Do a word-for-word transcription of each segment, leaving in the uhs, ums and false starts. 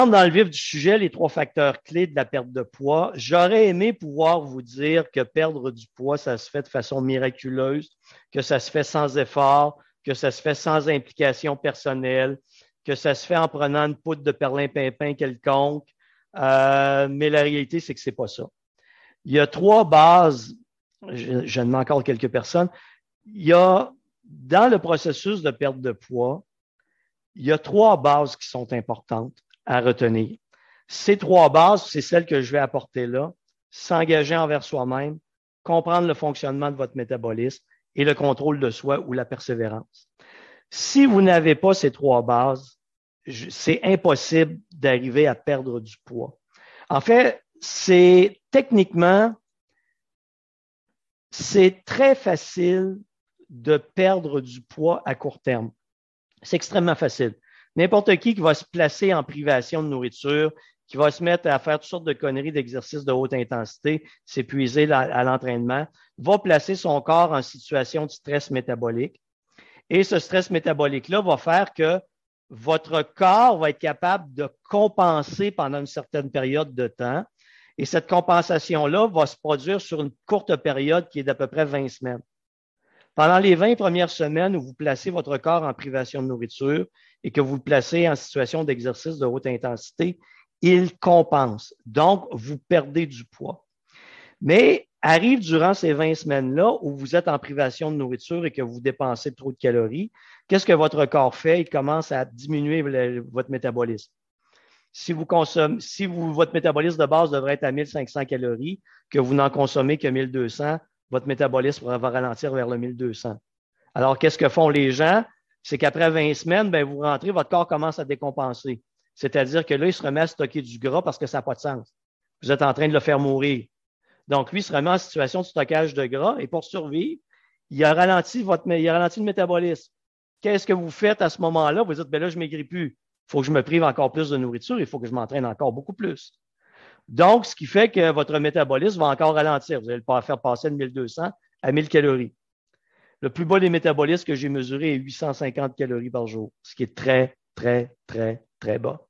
Dans le vif du sujet, les trois facteurs clés de la perte de poids, j'aurais aimé pouvoir vous dire que perdre du poids, ça se fait de façon miraculeuse, que ça se fait sans effort, que ça se fait sans implication personnelle, que ça se fait en prenant une poudre de perlimpinpin quelconque. Euh, mais la réalité, c'est que c'est pas ça. Il y a trois bases, je, je demande encore quelques personnes. Il y a, dans le processus de perte de poids, il y a trois bases qui sont importantes à retenir. Ces trois bases, c'est celles que je vais apporter là. S'engager envers soi-même, comprendre le fonctionnement de votre métabolisme et le contrôle de soi ou la persévérance. Si vous n'avez pas ces trois bases, c'est impossible d'arriver à perdre du poids. En fait, c'est techniquement, c'est très facile de perdre du poids à court terme. C'est extrêmement facile. N'importe qui qui va se placer en privation de nourriture, qui va se mettre à faire toutes sortes de conneries d'exercices de haute intensité, s'épuiser à l'entraînement, va placer son corps en situation de stress métabolique. Et ce stress métabolique-là va faire que votre corps va être capable de compenser pendant une certaine période de temps. Et cette compensation-là va se produire sur une courte période qui est d'à peu près vingt semaines. Pendant les vingt premières semaines où vous placez votre corps en privation de nourriture et que vous le placez en situation d'exercice de haute intensité, il compense. Donc, vous perdez du poids. Mais arrive durant ces vingt semaines-là où vous êtes en privation de nourriture et que vous dépensez trop de calories, qu'est-ce que votre corps fait? Il commence à diminuer le, votre métabolisme. Si vous consommez, si vous, votre métabolisme de base devrait être à mille cinq cents calories, que vous n'en consommez que mille deux cents, votre métabolisme va ralentir vers le mille deux cents. Alors, qu'est-ce que font les gens? C'est qu'après vingt semaines, ben, vous rentrez, votre corps commence à décompenser. C'est-à-dire que là, il se remet à stocker du gras parce que ça n'a pas de sens. Vous êtes en train de le faire mourir. Donc, lui, il se remet en situation de stockage de gras et pour survivre, il a ralenti, votre, il a ralenti le métabolisme. Qu'est-ce que vous faites à ce moment-là? Vous dites, ben là, je ne maigris plus. Il faut que je me prive encore plus de nourriture, il faut que je m'entraîne encore beaucoup plus. Donc, ce qui fait que votre métabolisme va encore ralentir. Vous allez le faire passer de mille deux cents à mille calories. Le plus bas des métabolismes que j'ai mesuré est huit cent cinquante calories par jour, ce qui est très, très, très, très bas.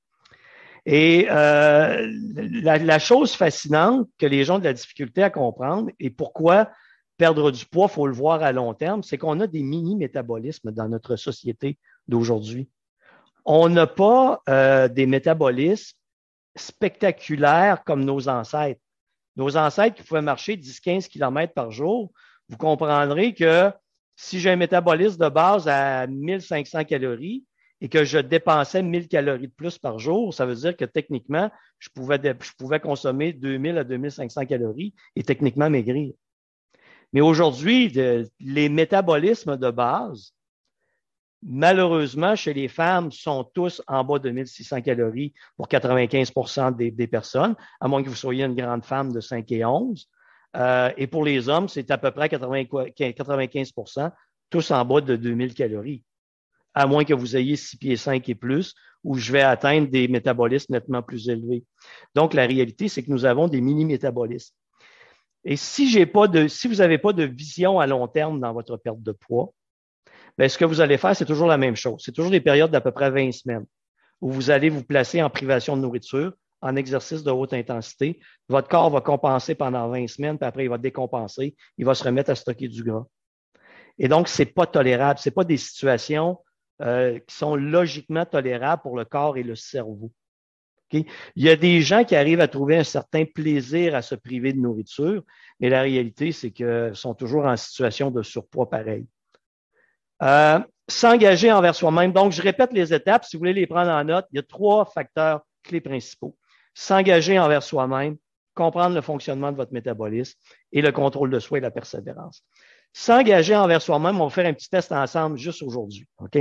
Et euh, la, la chose fascinante que les gens ont de la difficulté à comprendre et pourquoi perdre du poids, il faut le voir à long terme, c'est qu'on a des mini-métabolismes dans notre société d'aujourd'hui. On n'a pas euh, des métabolismes spectaculaires comme nos ancêtres. Nos ancêtres qui pouvaient marcher dix à quinze kilomètres par jour, vous comprendrez que si j'ai un métabolisme de base à mille cinq cents calories et que je dépensais mille calories de plus par jour, ça veut dire que techniquement, je pouvais, je pouvais consommer deux mille à deux mille cinq cents calories et techniquement maigrir. Mais aujourd'hui, de, les métabolismes de base, malheureusement, chez les femmes, sont tous en bas de mille six cents calories pour quatre-vingt-quinze pour cent des, des personnes, à moins que vous soyez une grande femme de cinq et onze. Euh, et pour les hommes, c'est à peu près quatre-vingt-quinze pour cent, tous en bas de deux mille calories, à moins que vous ayez six pieds cinq et plus, où je vais atteindre des métabolismes nettement plus élevés. Donc, la réalité, c'est que nous avons des mini-métabolismes. Et si, j'ai pas de, si vous n'avez pas de vision à long terme dans votre perte de poids, bien, ce que vous allez faire, c'est toujours la même chose. C'est toujours des périodes d'à peu près vingt semaines où vous allez vous placer en privation de nourriture, en exercice de haute intensité. Votre corps va compenser pendant vingt semaines, puis après, il va décompenser. Il va se remettre à stocker du gras. Et donc, ce n'est pas tolérable. Ce n'est pas des situations euh, qui sont logiquement tolérables pour le corps et le cerveau. Okay? Il y a des gens qui arrivent à trouver un certain plaisir à se priver de nourriture, mais la réalité, c'est qu'ils sont toujours en situation de surpoids pareil. Euh, s'engager envers soi-même. Donc, je répète les étapes. Si vous voulez les prendre en note, il y a trois facteurs clés principaux. S'engager envers soi-même, comprendre le fonctionnement de votre métabolisme et le contrôle de soi et la persévérance. S'engager envers soi-même, on va faire un petit test ensemble juste aujourd'hui. OK?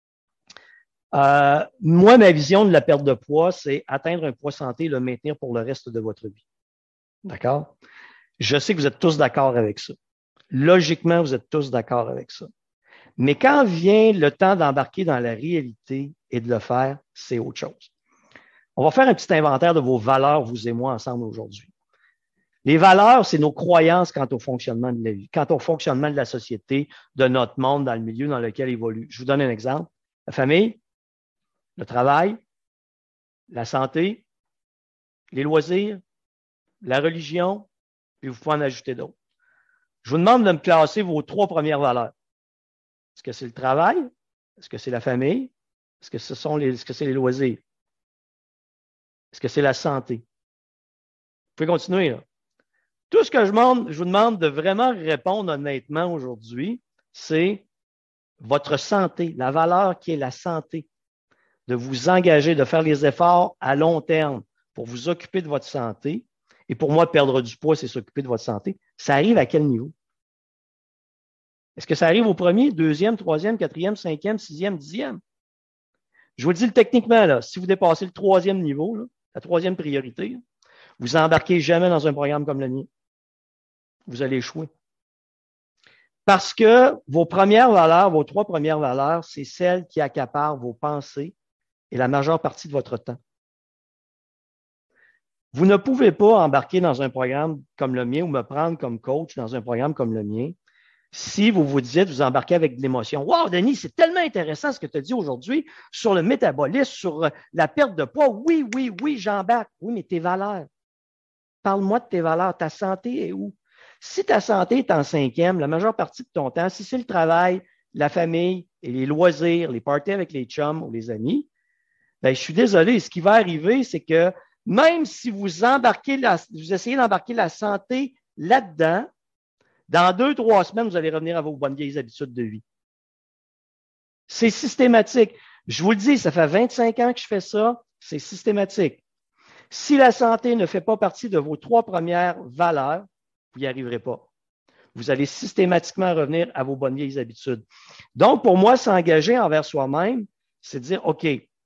Euh, moi, ma vision de la perte de poids, c'est atteindre un poids santé et le maintenir pour le reste de votre vie. D'accord? Je sais que vous êtes tous d'accord avec ça. Logiquement, vous êtes tous d'accord avec ça. Mais quand vient le temps d'embarquer dans la réalité et de le faire, c'est autre chose. On va faire un petit inventaire de vos valeurs, vous et moi, ensemble aujourd'hui. Les valeurs, c'est nos croyances quant au fonctionnement de la vie, quant au fonctionnement de la société, de notre monde, dans le milieu dans lequel il évolue. Je vous donne un exemple. La famille, le travail, la santé, les loisirs, la religion, puis vous pouvez en ajouter d'autres. Je vous demande de me classer vos trois premières valeurs. Est-ce que c'est le travail? Est-ce que c'est la famille? Est-ce que ce sont les, est-ce que c'est les loisirs? Est-ce que c'est la santé? Vous pouvez continuer, là. Tout ce que je, demande, je vous demande de vraiment répondre honnêtement aujourd'hui, c'est votre santé, la valeur qui est la santé. De vous engager, de faire les efforts à long terme pour vous occuper de votre santé. Et pour moi, perdre du poids, c'est s'occuper de votre santé. Ça arrive à quel niveau? Est-ce que ça arrive au premier, deuxième, troisième, quatrième, cinquième, sixième, dixième? Je vous le dis techniquement, là, si vous dépassez le troisième niveau, là, la troisième priorité, là, vous embarquez jamais dans un programme comme le mien. Vous allez échouer. Parce que vos premières valeurs, vos trois premières valeurs, c'est celles qui accaparent vos pensées et la majeure partie de votre temps. Vous ne pouvez pas embarquer dans un programme comme le mien ou me prendre comme coach dans un programme comme le mien si vous vous dites, vous embarquez avec de l'émotion. Wow, Denis, c'est tellement intéressant ce que tu as dit aujourd'hui sur le métabolisme, sur la perte de poids. Oui, oui, oui, j'embarque. Oui, mais tes valeurs. Parle-moi de tes valeurs. Ta santé est où? Si ta santé est en cinquième, la majeure partie de ton temps, si c'est le travail, la famille et les loisirs, les parties avec les chums ou les amis, bien, je suis désolé. Ce qui va arriver, c'est que même si vous embarquez la, vous essayez d'embarquer la santé là-dedans, dans deux, trois semaines, vous allez revenir à vos bonnes vieilles habitudes de vie. C'est systématique. Je vous le dis, ça fait vingt-cinq ans que je fais ça. C'est systématique. Si la santé ne fait pas partie de vos trois premières valeurs, vous n'y arriverez pas. Vous allez systématiquement revenir à vos bonnes vieilles habitudes. Donc, pour moi, s'engager envers soi-même, c'est de dire, OK, il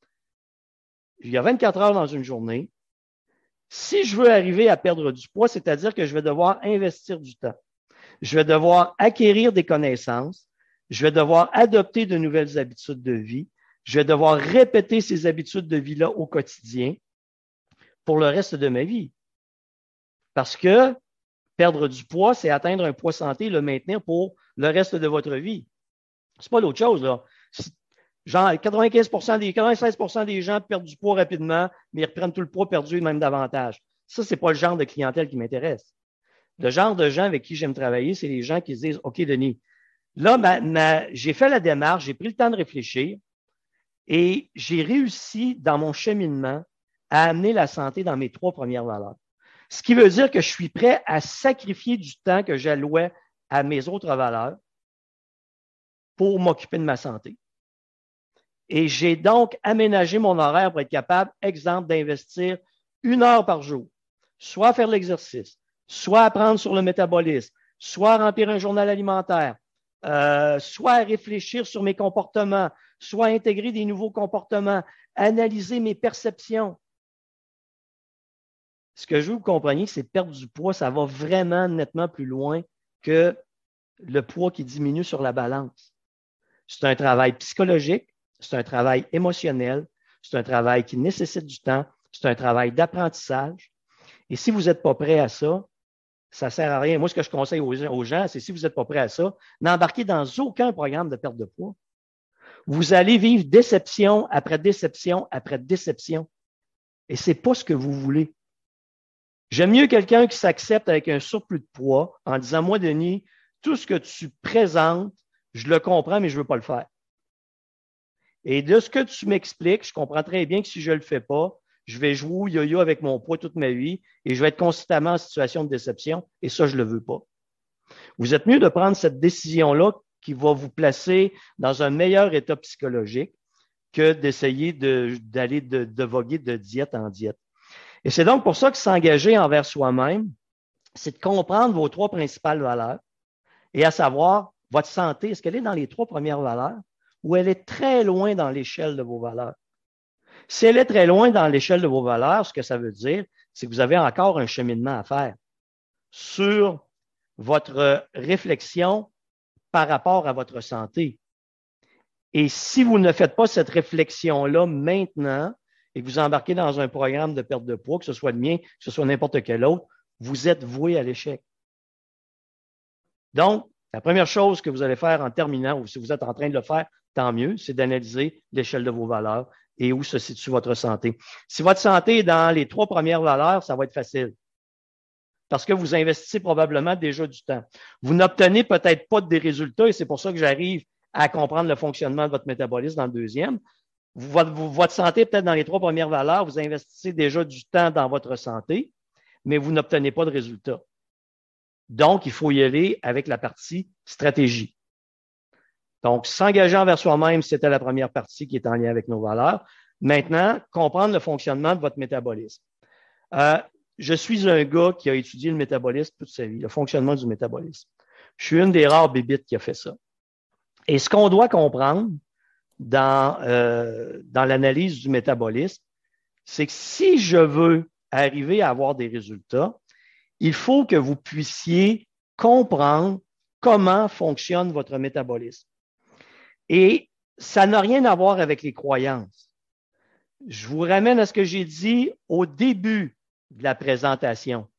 y a vingt-quatre heures dans une journée. Si je veux arriver à perdre du poids, c'est-à-dire que je vais devoir investir du temps. Je vais devoir acquérir des connaissances. Je vais devoir adopter de nouvelles habitudes de vie. Je vais devoir répéter ces habitudes de vie-là au quotidien pour le reste de ma vie. Parce que perdre du poids, c'est atteindre un poids santé et le maintenir pour le reste de votre vie. C'est pas l'autre chose, là. Genre, quatre-vingt-quinze pour cent des, quatre-vingt-seize pour cent des gens perdent du poids rapidement, mais ils reprennent tout le poids perdu et même davantage. Ça, c'est pas le genre de clientèle qui m'intéresse. Le genre de gens avec qui j'aime travailler, c'est les gens qui se disent, OK, Denis, là, ma, ma, j'ai fait la démarche, j'ai pris le temps de réfléchir et j'ai réussi dans mon cheminement à amener la santé dans mes trois premières valeurs. Ce qui veut dire que je suis prêt à sacrifier du temps que j'allouais à mes autres valeurs pour m'occuper de ma santé. Et j'ai donc aménagé mon horaire pour être capable, exemple, d'investir une heure par jour, soit à faire l'exercice, soit apprendre sur le métabolisme, soit à remplir un journal alimentaire, euh, soit à réfléchir sur mes comportements, soit à intégrer des nouveaux comportements, analyser mes perceptions. Ce que je veux que vous compreniez, c'est perdre du poids, ça va vraiment nettement plus loin que le poids qui diminue sur la balance. C'est un travail psychologique, c'est un travail émotionnel, c'est un travail qui nécessite du temps, c'est un travail d'apprentissage. Et si vous n'êtes pas prêt à ça, ça ne sert à rien. Moi, ce que je conseille aux gens, c'est si vous n'êtes pas prêt à ça, n'embarquez dans aucun programme de perte de poids. Vous allez vivre déception après déception après déception. Et ce n'est pas ce que vous voulez. J'aime mieux quelqu'un qui s'accepte avec un surplus de poids en disant, moi, Denis, tout ce que tu présentes, je le comprends, mais je ne veux pas le faire. Et de ce que tu m'expliques, je comprends très bien que si je ne le fais pas, je vais jouer au yo-yo avec mon poids toute ma vie et je vais être constamment en situation de déception et ça, je ne le veux pas. Vous êtes mieux de prendre cette décision-là qui va vous placer dans un meilleur état psychologique que d'essayer de, d'aller de, de voguer de diète en diète. Et c'est donc pour ça que s'engager envers soi-même, c'est de comprendre vos trois principales valeurs et à savoir votre santé, est-ce qu'elle est dans les trois premières valeurs ou elle est très loin dans l'échelle de vos valeurs? Si elle est très loin dans l'échelle de vos valeurs, ce que ça veut dire, c'est que vous avez encore un cheminement à faire sur votre réflexion par rapport à votre santé. Et si vous ne faites pas cette réflexion-là maintenant et que vous embarquez dans un programme de perte de poids, que ce soit le mien, que ce soit n'importe quel autre, vous êtes voué à l'échec. Donc, la première chose que vous allez faire en terminant, ou si vous êtes en train de le faire, tant mieux, c'est d'analyser l'échelle de vos valeurs et où se situe votre santé. Si votre santé est dans les trois premières valeurs, ça va être facile. Parce que vous investissez probablement déjà du temps. Vous n'obtenez peut-être pas des résultats et c'est pour ça que j'arrive à comprendre le fonctionnement de votre métabolisme dans le deuxième. Votre, votre santé est peut-être dans les trois premières valeurs, vous investissez déjà du temps dans votre santé, mais vous n'obtenez pas de résultats. Donc, il faut y aller avec la partie stratégie. Donc, s'engager envers soi-même, c'était la première partie qui est en lien avec nos valeurs. Maintenant, comprendre le fonctionnement de votre métabolisme. Euh, je suis un gars qui a étudié le métabolisme toute sa vie, le fonctionnement du métabolisme. Je suis une des rares bébites qui a fait ça. Et ce qu'on doit comprendre dans, euh, dans l'analyse du métabolisme, c'est que si je veux arriver à avoir des résultats, il faut que vous puissiez comprendre comment fonctionne votre métabolisme. Et ça n'a rien à voir avec les croyances. Je vous ramène à ce que j'ai dit au début de la présentation.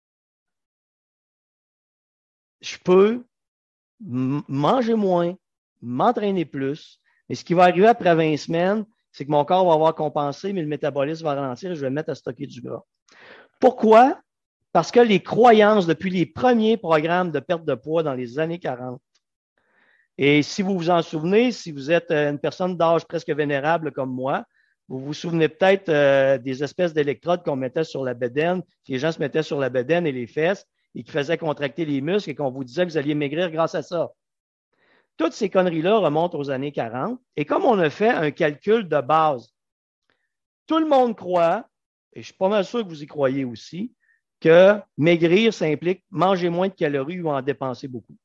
Je peux manger moins, m'entraîner plus, mais ce qui va arriver après vingt semaines, c'est que mon corps va avoir compensé, mais le métabolisme va ralentir et je vais me mettre à stocker du gras. Pourquoi? Parce que les croyances, depuis les premiers programmes de perte de poids dans les années quarante, et si vous vous en souvenez, si vous êtes une personne d'âge presque vénérable comme moi, vous vous souvenez peut-être euh, des espèces d'électrodes qu'on mettait sur la bedaine, que les gens se mettaient sur la bedaine et les fesses et qui faisaient contracter les muscles et qu'on vous disait que vous alliez maigrir grâce à ça. Toutes ces conneries-là remontent aux années quarante. Et comme on a fait un calcul de base, tout le monde croit, et je suis pas mal sûr que vous y croyez aussi, que maigrir, ça implique manger moins de calories ou en dépenser beaucoup.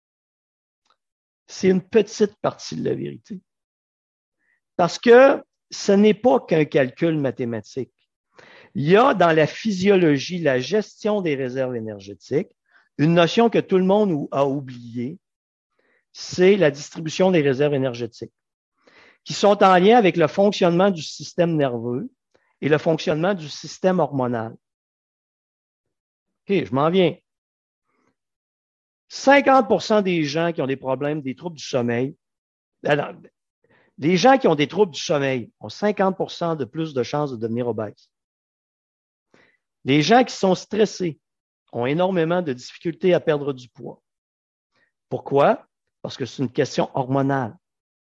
C'est une petite partie de la vérité. Parce que ce n'est pas qu'un calcul mathématique. Il y a dans la physiologie, la gestion des réserves énergétiques, une notion que tout le monde a oubliée, c'est la distribution des réserves énergétiques, qui sont en lien avec le fonctionnement du système nerveux et le fonctionnement du système hormonal. OK, je m'en viens. cinquante pour cent des gens qui ont des problèmes, des troubles du sommeil, alors, les gens qui ont des troubles du sommeil ont cinquante pour cent de plus de chances de devenir obèses. Les gens qui sont stressés ont énormément de difficultés à perdre du poids. Pourquoi? Parce que c'est une question hormonale.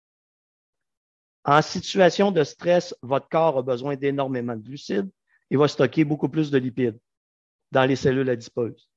En situation de stress, votre corps a besoin d'énormément de glucides et va stocker beaucoup plus de lipides dans les cellules adipeuses.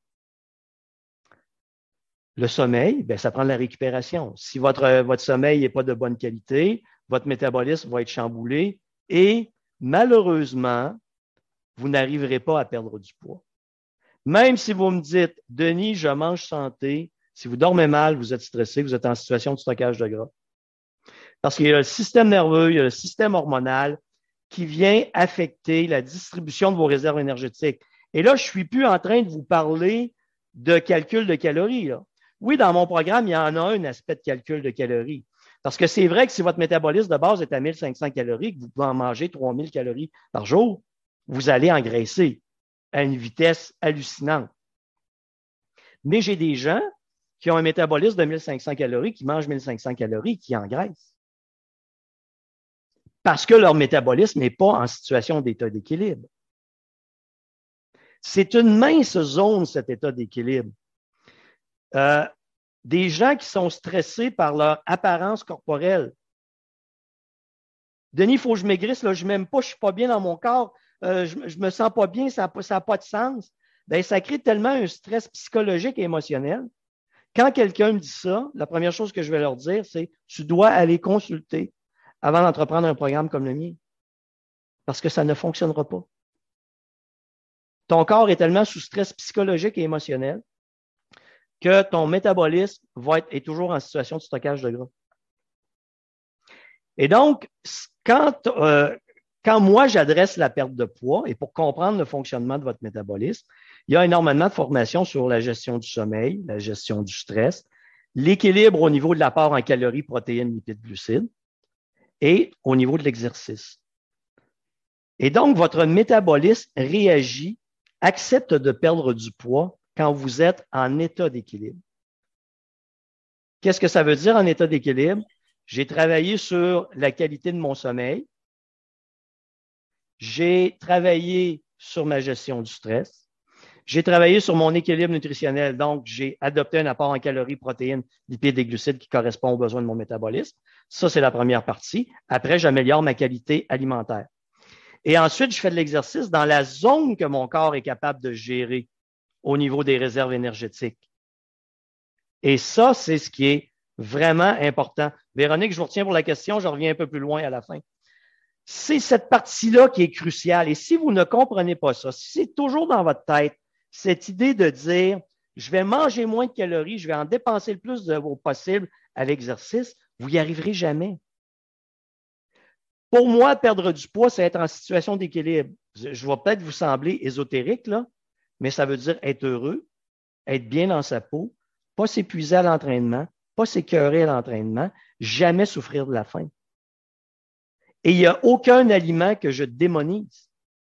Le sommeil, bien, ça prend de la récupération. Si votre, votre sommeil n'est pas de bonne qualité, votre métabolisme va être chamboulé et malheureusement, vous n'arriverez pas à perdre du poids. Même si vous me dites, Denis, je mange santé, si vous dormez mal, vous êtes stressé, vous êtes en situation de stockage de gras. Parce qu'il y a le système nerveux, il y a le système hormonal qui vient affecter la distribution de vos réserves énergétiques. Et là, je ne suis plus en train de vous parler de calcul de calories, là. Oui, dans mon programme, il y en a un aspect de calcul de calories. Parce que c'est vrai que si votre métabolisme de base est à mille cinq cents calories, que vous pouvez en manger trois mille calories par jour, vous allez engraisser à une vitesse hallucinante. Mais j'ai des gens qui ont un métabolisme de mille cinq cents calories, qui mangent mille cinq cents calories, qui engraissent. Parce que leur métabolisme n'est pas en situation d'état d'équilibre. C'est une mince zone, cet état d'équilibre. Euh, des gens qui sont stressés par leur apparence corporelle. Denis, il faut que je maigrisse, là, je ne m'aime pas, je ne suis pas bien dans mon corps, euh, je ne me sens pas bien, ça n'a pas de sens. Bien, ça crée tellement un stress psychologique et émotionnel. Quand quelqu'un me dit ça, la première chose que je vais leur dire, c'est tu dois aller consulter avant d'entreprendre un programme comme le mien. Parce que ça ne fonctionnera pas. Ton corps est tellement sous stress psychologique et émotionnel que ton métabolisme va être est toujours en situation de stockage de gras. Et donc, quand, euh, quand moi j'adresse la perte de poids, et pour comprendre le fonctionnement de votre métabolisme, il y a énormément de formations sur la gestion du sommeil, la gestion du stress, l'équilibre au niveau de l'apport en calories, protéines, lipides, glucides, et au niveau de l'exercice. Et donc, votre métabolisme réagit, accepte de perdre du poids quand vous êtes en état d'équilibre. Qu'est-ce que ça veut dire en état d'équilibre? J'ai travaillé sur la qualité de mon sommeil. j'ai travaillé sur ma gestion du stress. J'ai travaillé sur mon équilibre nutritionnel. Donc, j'ai adopté un apport en calories, protéines, lipides et glucides qui correspond aux besoins de mon métabolisme. Ça, c'est la première partie. Après, j'améliore ma qualité alimentaire. Et ensuite, je fais de l'exercice dans la zone que mon corps est capable de gérer au niveau des réserves énergétiques. Et ça, c'est ce qui est vraiment important. Véronique, je vous retiens pour la question, je reviens un peu plus loin à la fin. C'est cette partie-là qui est cruciale. Et si vous ne comprenez pas ça, si c'est toujours dans votre tête, cette idée de dire, je vais manger moins de calories, je vais en dépenser le plus de possible à l'exercice, vous n'y arriverez jamais. Pour moi, perdre du poids, c'est être en situation d'équilibre. Je vais peut-être vous sembler ésotérique, là, mais ça veut dire être heureux, être bien dans sa peau, pas s'épuiser à l'entraînement, pas s'écœurer à l'entraînement, jamais souffrir de la faim. Et il n'y a aucun aliment que je démonise.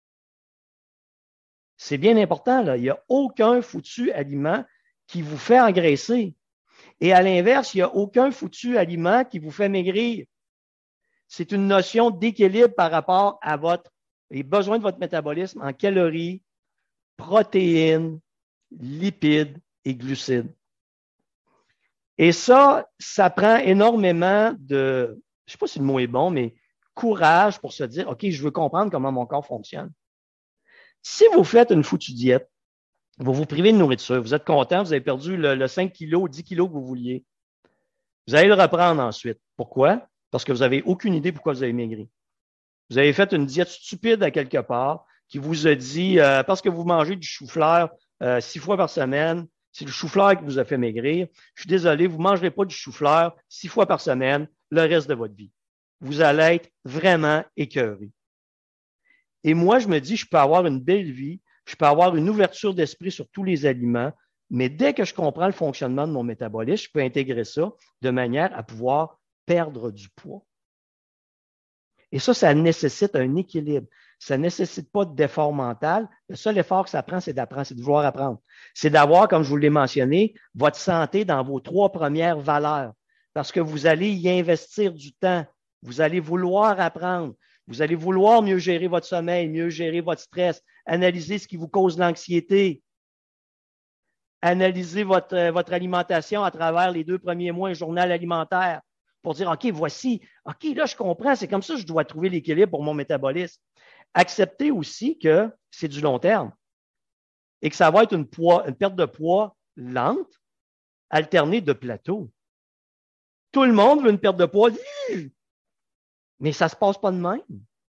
C'est bien important, là. Il n'y a aucun foutu aliment qui vous fait engraisser. Et à l'inverse, il n'y a aucun foutu aliment qui vous fait maigrir. C'est une notion d'équilibre par rapport à votre, les besoins de votre métabolisme en calories, protéines, lipides et glucides. Et ça, ça prend énormément de, je ne sais pas si le mot est bon, mais courage pour se dire, OK, je veux comprendre comment mon corps fonctionne. Si vous faites une foutue diète, vous vous privez de nourriture, vous êtes content, vous avez perdu le, le cinq kilos, dix kilos que vous vouliez. Vous allez le reprendre ensuite. Pourquoi? Parce que vous n'avez aucune idée pourquoi vous avez maigri. Vous avez fait une diète stupide à quelque part qui vous a dit, euh, parce que vous mangez du chou-fleur euh, six fois par semaine, c'est le chou-fleur qui vous a fait maigrir. Je suis désolé, vous ne mangerez pas du chou-fleur six fois par semaine le reste de votre vie. Vous allez être vraiment écœuré. Et moi, je me dis, je peux avoir une belle vie, je peux avoir une ouverture d'esprit sur tous les aliments, mais dès que je comprends le fonctionnement de mon métabolisme, je peux intégrer ça de manière à pouvoir perdre du poids. Et ça, ça nécessite un équilibre. Ça ne nécessite pas d'effort mental. Le seul effort que ça prend, c'est d'apprendre, c'est de vouloir apprendre. C'est d'avoir, comme je vous l'ai mentionné, votre santé dans vos trois premières valeurs. Parce que vous allez y investir du temps. Vous allez vouloir apprendre. Vous allez vouloir mieux gérer votre sommeil, mieux gérer votre stress, analyser ce qui vous cause l'anxiété, analyser votre, votre alimentation à travers les deux premiers mois, un journal alimentaire, pour dire, OK, voici, OK, là, je comprends, c'est comme ça que je dois trouver l'équilibre pour mon métabolisme. Accepter aussi que c'est du long terme et que ça va être une, poids, une perte de poids lente, alternée de plateau. Tout le monde veut une perte de poids, mais ça ne se passe pas de même.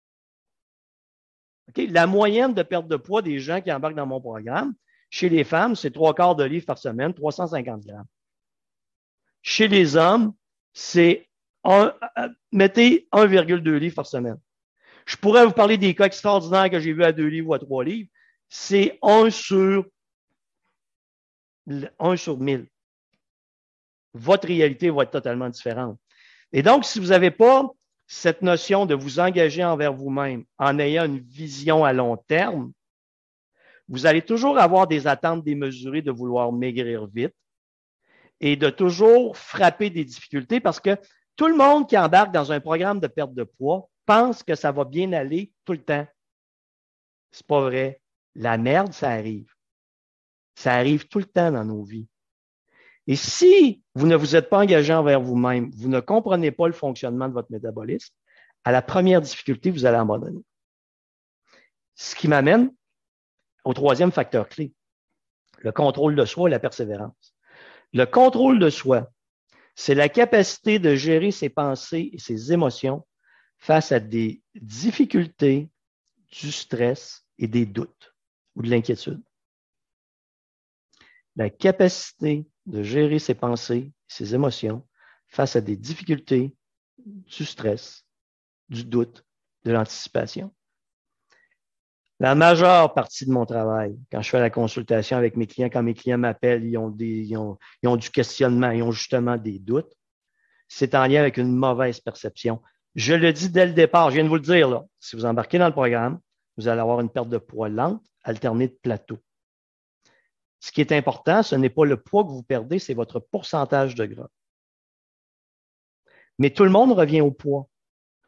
Okay? La moyenne de perte de poids des gens qui embarquent dans mon programme, chez les femmes, c'est trois quarts de livre par semaine, trois cent cinquante grammes. Chez les hommes, c'est un, mettez un virgule deux livres par semaine. Je pourrais vous parler des cas extraordinaires que j'ai vus à deux livres ou à trois livres. C'est un sur, un sur mille. Votre réalité va être totalement différente. Et donc, si vous n'avez pas cette notion de vous engager envers vous-même en ayant une vision à long terme, vous allez toujours avoir des attentes démesurées de vouloir maigrir vite et de toujours frapper des difficultés parce que tout le monde qui embarque dans un programme de perte de poids pense que ça va bien aller tout le temps. C'est pas vrai. La merde, ça arrive. Ça arrive tout le temps dans nos vies. Et si vous ne vous êtes pas engagé envers vous-même, vous ne comprenez pas le fonctionnement de votre métabolisme, à la première difficulté, vous allez abandonner. Ce qui m'amène au troisième facteur clé, le contrôle de soi et la persévérance. Le contrôle de soi, c'est la capacité de gérer ses pensées et ses émotions face à des difficultés, du stress et des doutes ou de l'inquiétude. La capacité de gérer ses pensées, ses émotions face à des difficultés, du stress, du doute, de l'anticipation. La majeure partie de mon travail, quand je fais la consultation avec mes clients, quand mes clients m'appellent, ils ont, des, ils ont, ils ont du questionnement, ils ont justement des doutes, c'est en lien avec une mauvaise perception. Je le dis dès le départ, je viens de vous le dire, là, si vous embarquez dans le programme, vous allez avoir une perte de poids lente, alternée de plateau. Ce qui est important, ce n'est pas le poids que vous perdez, c'est votre pourcentage de gras. Mais tout le monde revient au poids.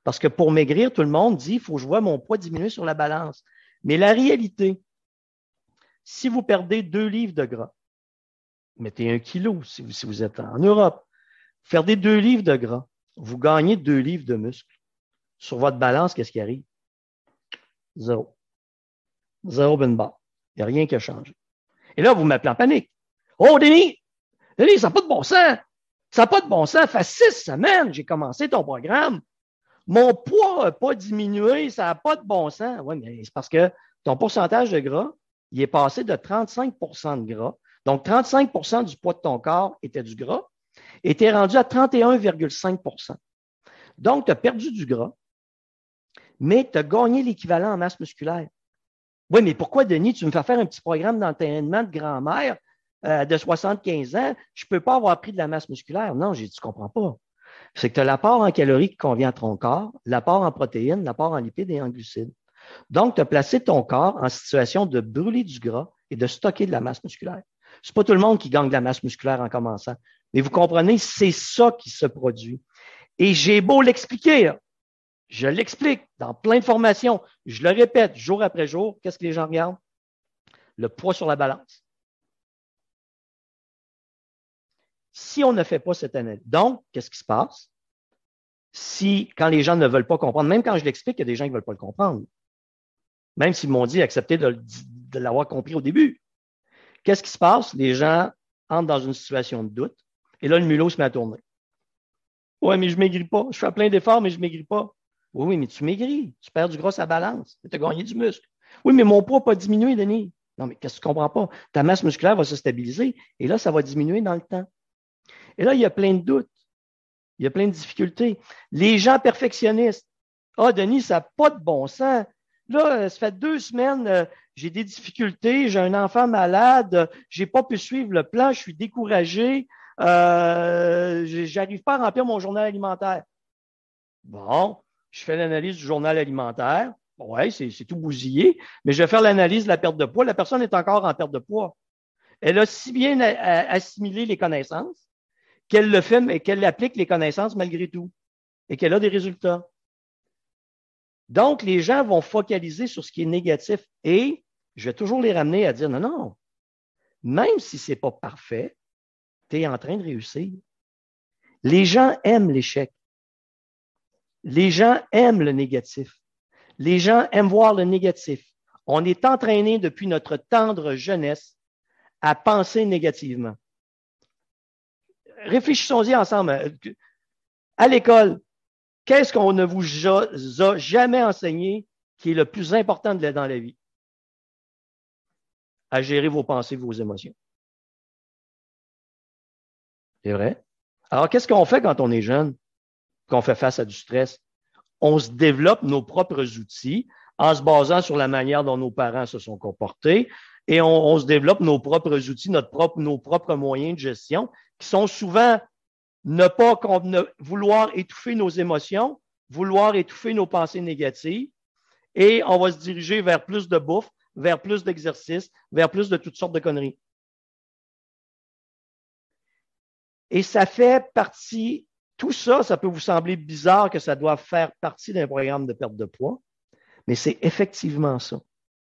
Parce que pour maigrir, tout le monde dit, il faut que je vois mon poids diminuer sur la balance. Mais la réalité, si vous perdez deux livres de gras, mettez un kilo si vous, si vous êtes en Europe, perdez deux livres de gras, vous gagnez deux livres de muscle. Sur votre balance, qu'est-ce qui arrive? Zéro. Zéro ben barre. Il n'y a rien qui a changé. Et là, vous m'appelez en panique. Oh, Denis! Denis, ça n'a pas de bon sens! Ça n'a pas de bon sens. Ça fait six semaines, j'ai commencé ton programme. Mon poids n'a pas diminué, ça n'a pas de bon sens. Oui, mais c'est parce que ton pourcentage de gras, il est passé de trente-cinq pour cent de gras. Donc, trente-cinq pour cent du poids de ton corps était du gras et tu es rendu à trente et un virgule cinq pour cent. Donc, tu as perdu du gras, mais tu as gagné l'équivalent en masse musculaire. Oui, mais pourquoi, Denis, tu me fais faire un petit programme d'entraînement de grand-mère euh, de soixante-quinze ans? Je ne peux pas avoir pris de la masse musculaire. Non, j'ai dit, tu ne comprends pas. C'est que tu as l'apport en calories qui convient à ton corps, l'apport en protéines, l'apport en lipides et en glucides. Donc, tu as placé ton corps en situation de brûler du gras et de stocker de la masse musculaire. Ce n'est pas tout le monde qui gagne de la masse musculaire en commençant. Mais vous comprenez, c'est ça qui se produit. Et j'ai beau l'expliquer, là. Je l'explique dans plein de formations. Je le répète jour après jour. Qu'est-ce que les gens regardent? Le poids sur la balance. Si on ne fait pas cette analyse, donc, qu'est-ce qui se passe? Si, quand les gens ne veulent pas comprendre, même quand je l'explique, il y a des gens qui ne veulent pas le comprendre. Même s'ils m'ont dit accepter de, de l'avoir compris au début. Qu'est-ce qui se passe? Les gens entrent dans une situation de doute. Et là, le mulot se met à tourner. Ouais, mais je ne maigris pas. Je fais plein d'efforts, mais je ne maigris pas. Oui, oui, mais tu maigris. Tu perds du gras à balance. Tu as gagné du muscle. Oui, mais mon poids n'a pas diminué, Denis. Non, mais qu'est-ce que tu ne comprends pas? Ta masse musculaire va se stabiliser et là, ça va diminuer dans le temps. Et là, il y a plein de doutes. Il y a plein de difficultés. Les gens perfectionnistes. Ah, Denis, ça n'a pas de bon sens. Là, ça fait deux semaines, euh, j'ai des difficultés, j'ai un enfant malade, euh, je n'ai pas pu suivre le plan, je suis découragé, euh, j'arrive pas à remplir mon journal alimentaire. Bon, je fais l'analyse du journal alimentaire. Oui, c'est, c'est tout bousillé, mais je vais faire l'analyse de la perte de poids. La personne est encore en perte de poids. Elle a si bien a, a, assimilé les connaissances qu'elle le fait et qu'elle applique les connaissances malgré tout et qu'elle a des résultats. Donc, les gens vont focaliser sur ce qui est négatif et je vais toujours les ramener à dire non, non, même si ce n'est pas parfait, tu es en train de réussir. Les gens aiment l'échec. Les gens aiment le négatif. Les gens aiment voir le négatif. On est entraîné depuis notre tendre jeunesse à penser négativement. Réfléchissons-y ensemble. À l'école, qu'est-ce qu'on ne vous a jamais enseigné qui est le plus important dans la vie? À gérer vos pensées, vos émotions. C'est vrai? Alors, qu'est-ce qu'on fait quand on est jeune, qu'on fait face à du stress? On se développe nos propres outils en se basant sur la manière dont nos parents se sont comportés et on, on se développe nos propres outils, notre propre, nos propres moyens de gestion qui sont souvent ne pas ne, vouloir étouffer nos émotions, vouloir étouffer nos pensées négatives et on va se diriger vers plus de bouffe, vers plus d'exercice, vers plus de toutes sortes de conneries. Et ça fait partie, tout ça, ça peut vous sembler bizarre que ça doit faire partie d'un programme de perte de poids, mais c'est effectivement ça.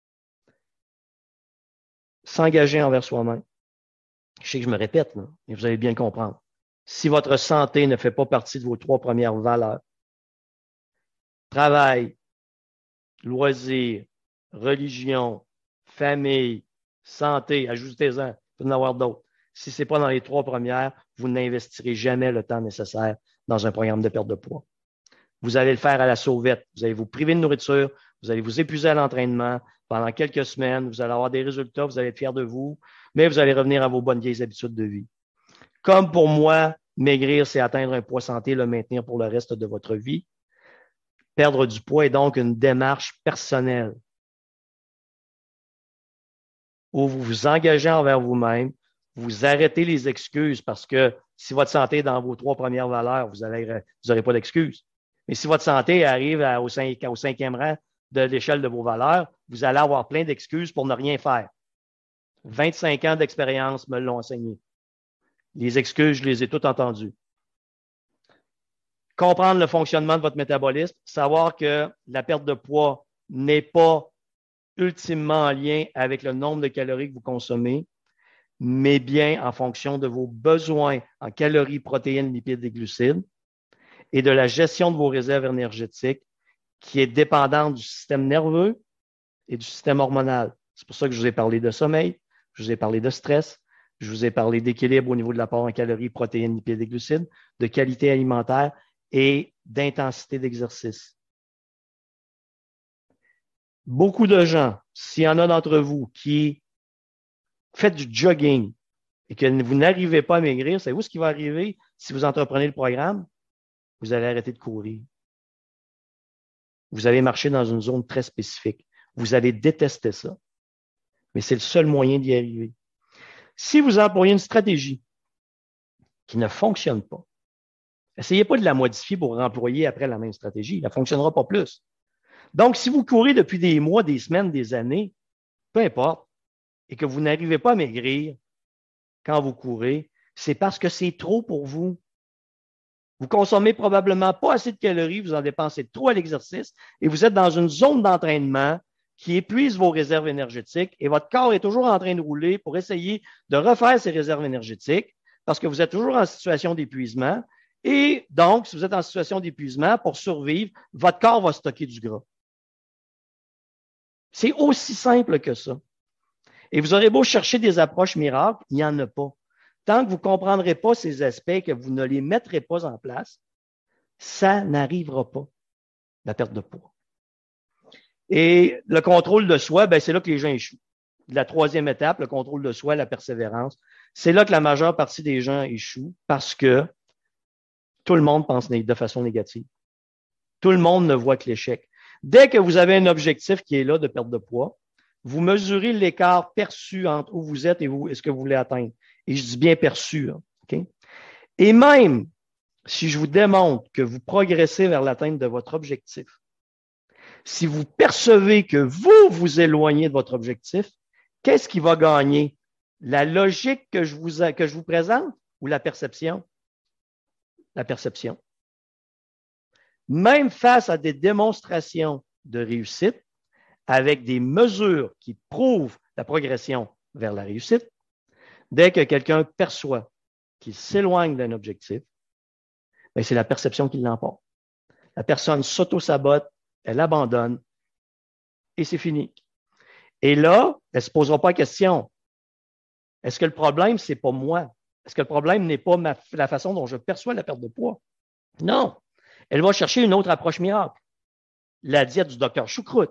S'engager envers soi-même. Je sais que je me répète, là, mais vous allez bien le comprendre. Si votre santé ne fait pas partie de vos trois premières valeurs, travail, loisirs, religion, famille, santé, ajoutez-en, il peut y en avoir d'autres. Si ce n'est pas dans les trois premières, vous n'investirez jamais le temps nécessaire dans un programme de perte de poids. Vous allez le faire à la sauvette. Vous allez vous priver de nourriture, vous allez vous épuiser à l'entraînement pendant quelques semaines, vous allez avoir des résultats, vous allez être fier de vous, mais vous allez revenir à vos bonnes vieilles habitudes de vie. Comme pour moi, maigrir, c'est atteindre un poids santé, le maintenir pour le reste de votre vie. Perdre du poids est donc une démarche personnelle où vous vous engagez envers vous-même, vous arrêtez les excuses parce que si votre santé est dans vos trois premières valeurs, vous n'aurez pas d'excuses. Mais si votre santé arrive à, au, cinq, au cinquième rang de l'échelle de vos valeurs, vous allez avoir plein d'excuses pour ne rien faire. vingt-cinq ans d'expérience me l'ont enseigné. Les excuses, je les ai toutes entendues. comprendre le fonctionnement de votre métabolisme, savoir que la perte de poids n'est pas ultimement en lien avec le nombre de calories que vous consommez, mais bien en fonction de vos besoins en calories, protéines, lipides et glucides et de la gestion de vos réserves énergétiques qui est dépendante du système nerveux et du système hormonal. C'est pour ça que je vous ai parlé de sommeil, je vous ai parlé de stress, je vous ai parlé d'équilibre au niveau de l'apport en calories, protéines, lipides et glucides, de qualité alimentaire et d'intensité d'exercice. Beaucoup de gens, s'il y en a d'entre vous qui faites du jogging et que vous n'arrivez pas à maigrir, savez-vous ce qui va arriver si vous entreprenez le programme? Vous allez arrêter de courir. Vous allez marcher dans une zone très spécifique. Vous allez détester ça. Mais c'est le seul moyen d'y arriver. Si vous employez une stratégie qui ne fonctionne pas, essayez pas de la modifier pour employer après la même stratégie. Elle ne fonctionnera pas plus. Donc, si vous courez depuis des mois, des semaines, des années, peu importe, et que vous n'arrivez pas à maigrir quand vous courez, c'est parce que c'est trop pour vous. Vous consommez probablement pas assez de calories, vous en dépensez trop à l'exercice et vous êtes dans une zone d'entraînement qui épuise vos réserves énergétiques et votre corps est toujours en train de rouler pour essayer de refaire ses réserves énergétiques parce que vous êtes toujours en situation d'épuisement. Et donc, si vous êtes en situation d'épuisement, pour survivre, votre corps va stocker du gras. C'est aussi simple que ça. Et vous aurez beau chercher des approches miracles, il n'y en a pas. Tant que vous ne comprendrez pas ces aspects, que vous ne les mettrez pas en place, ça n'arrivera pas, la perte de poids. Et le contrôle de soi, ben, c'est là que les gens échouent. La troisième étape, le contrôle de soi, la persévérance, c'est là que la majeure partie des gens échouent parce que tout le monde pense de façon négative. Tout le monde ne voit que l'échec. Dès que vous avez un objectif qui est là de perte de poids, vous mesurez l'écart perçu entre où vous êtes et, vous, et ce que vous voulez atteindre. Et je dis bien perçu. Hein, okay? Et même si je vous démontre que vous progressez vers l'atteinte de votre objectif, si vous percevez que vous vous éloignez de votre objectif, qu'est-ce qui va gagner? La logique que je vous, que je vous présente ou la perception? La perception. Même face à des démonstrations de réussite, avec des mesures qui prouvent la progression vers la réussite, dès que quelqu'un perçoit qu'il s'éloigne d'un objectif, bien, c'est la perception qui l'emporte. La personne s'auto-sabote, elle abandonne et c'est fini. Et là, elle ne se posera pas la question. Est-ce que le problème, c'est pas moi? Est-ce que le problème n'est pas ma, la façon dont je perçois la perte de poids? Non. Elle va chercher une autre approche miracle. La diète du docteur Choucroute.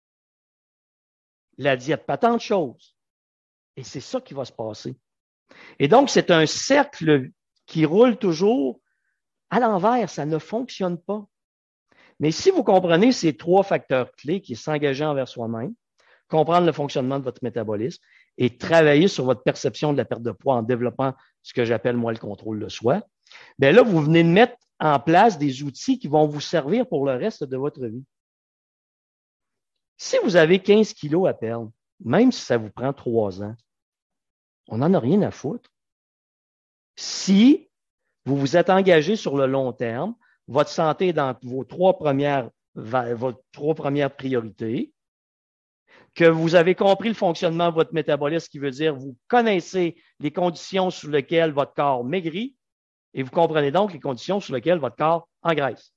La diète pas tant de choses. Et c'est ça qui va se passer. Et donc, c'est un cercle qui roule toujours à l'envers. Ça ne fonctionne pas. Mais si vous comprenez ces trois facteurs clés qui sont s'engager envers soi-même, comprendre le fonctionnement de votre métabolisme et travailler sur votre perception de la perte de poids en développant ce que j'appelle, moi, le contrôle de soi, bien là, vous venez de mettre en place des outils qui vont vous servir pour le reste de votre vie. Si vous avez quinze kilos à perdre, même si ça vous prend trois ans, on n'en a rien à foutre. Si vous vous êtes engagé sur le long terme, votre santé est dans vos trois premières, vos trois premières priorités, que vous avez compris le fonctionnement de votre métabolisme, ce qui veut dire vous connaissez les conditions sous lesquelles votre corps maigrit et vous comprenez donc les conditions sous lesquelles votre corps engraisse.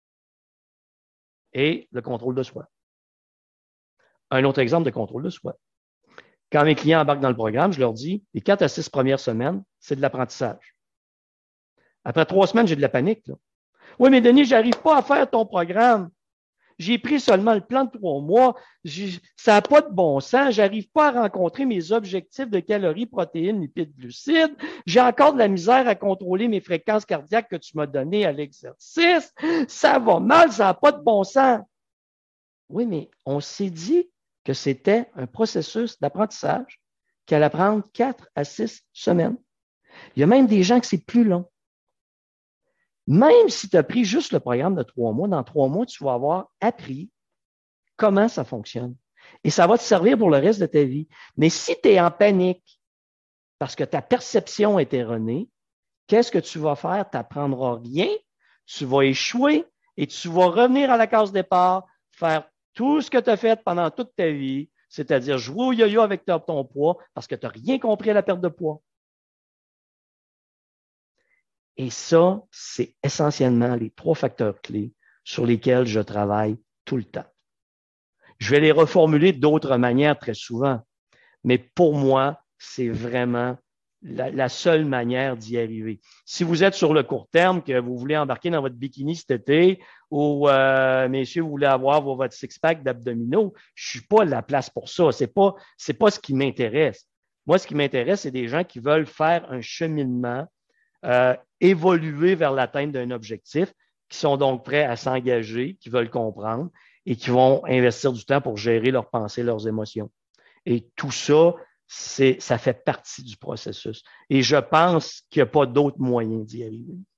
Et le contrôle de soi. Un autre exemple de contrôle de soi. Quand mes clients embarquent dans le programme, je leur dis, les quatre à six premières semaines, c'est de l'apprentissage. Après trois semaines, j'ai de la panique. Là. Oui, mais Denis, je n'arrive pas à faire ton programme. J'ai pris seulement le plan de trois mois. Ça n'a pas de bon sens. Je n'arrive pas à rencontrer mes objectifs de calories, protéines, lipides, glucides. J'ai encore de la misère à contrôler mes fréquences cardiaques que tu m'as données à l'exercice. Ça va mal, ça n'a pas de bon sens. Oui, mais on s'est dit que c'était un processus d'apprentissage qui allait prendre quatre à six semaines. Il y a même des gens que c'est plus long. Même si tu as pris juste le programme de trois mois, dans trois mois, tu vas avoir appris comment ça fonctionne. Et ça va te servir pour le reste de ta vie. Mais si tu es en panique parce que ta perception est erronée, qu'est-ce que tu vas faire? Tu n'apprendras rien, tu vas échouer et tu vas revenir à la case départ, faire tout ce que tu as fait pendant toute ta vie, c'est-à-dire jouer au yo-yo avec ton poids parce que tu n'as rien compris à la perte de poids. Et ça, c'est essentiellement les trois facteurs clés sur lesquels je travaille tout le temps. Je vais les reformuler d'autres manières très souvent, mais pour moi, c'est vraiment la, la seule manière d'y arriver. Si vous êtes sur le court terme, que vous voulez embarquer dans votre bikini cet été, ou euh, messieurs, vous voulez avoir votre six-pack d'abdominaux, je suis pas la place pour ça. C'est pas, c'est pas ce qui m'intéresse. Moi, ce qui m'intéresse, c'est des gens qui veulent faire un cheminement, euh, évoluer vers l'atteinte d'un objectif, qui sont donc prêts à s'engager, qui veulent comprendre et qui vont investir du temps pour gérer leurs pensées, leurs émotions. Et tout ça, c'est, ça fait partie du processus. Et je pense qu'il n'y a pas d'autre moyen d'y arriver.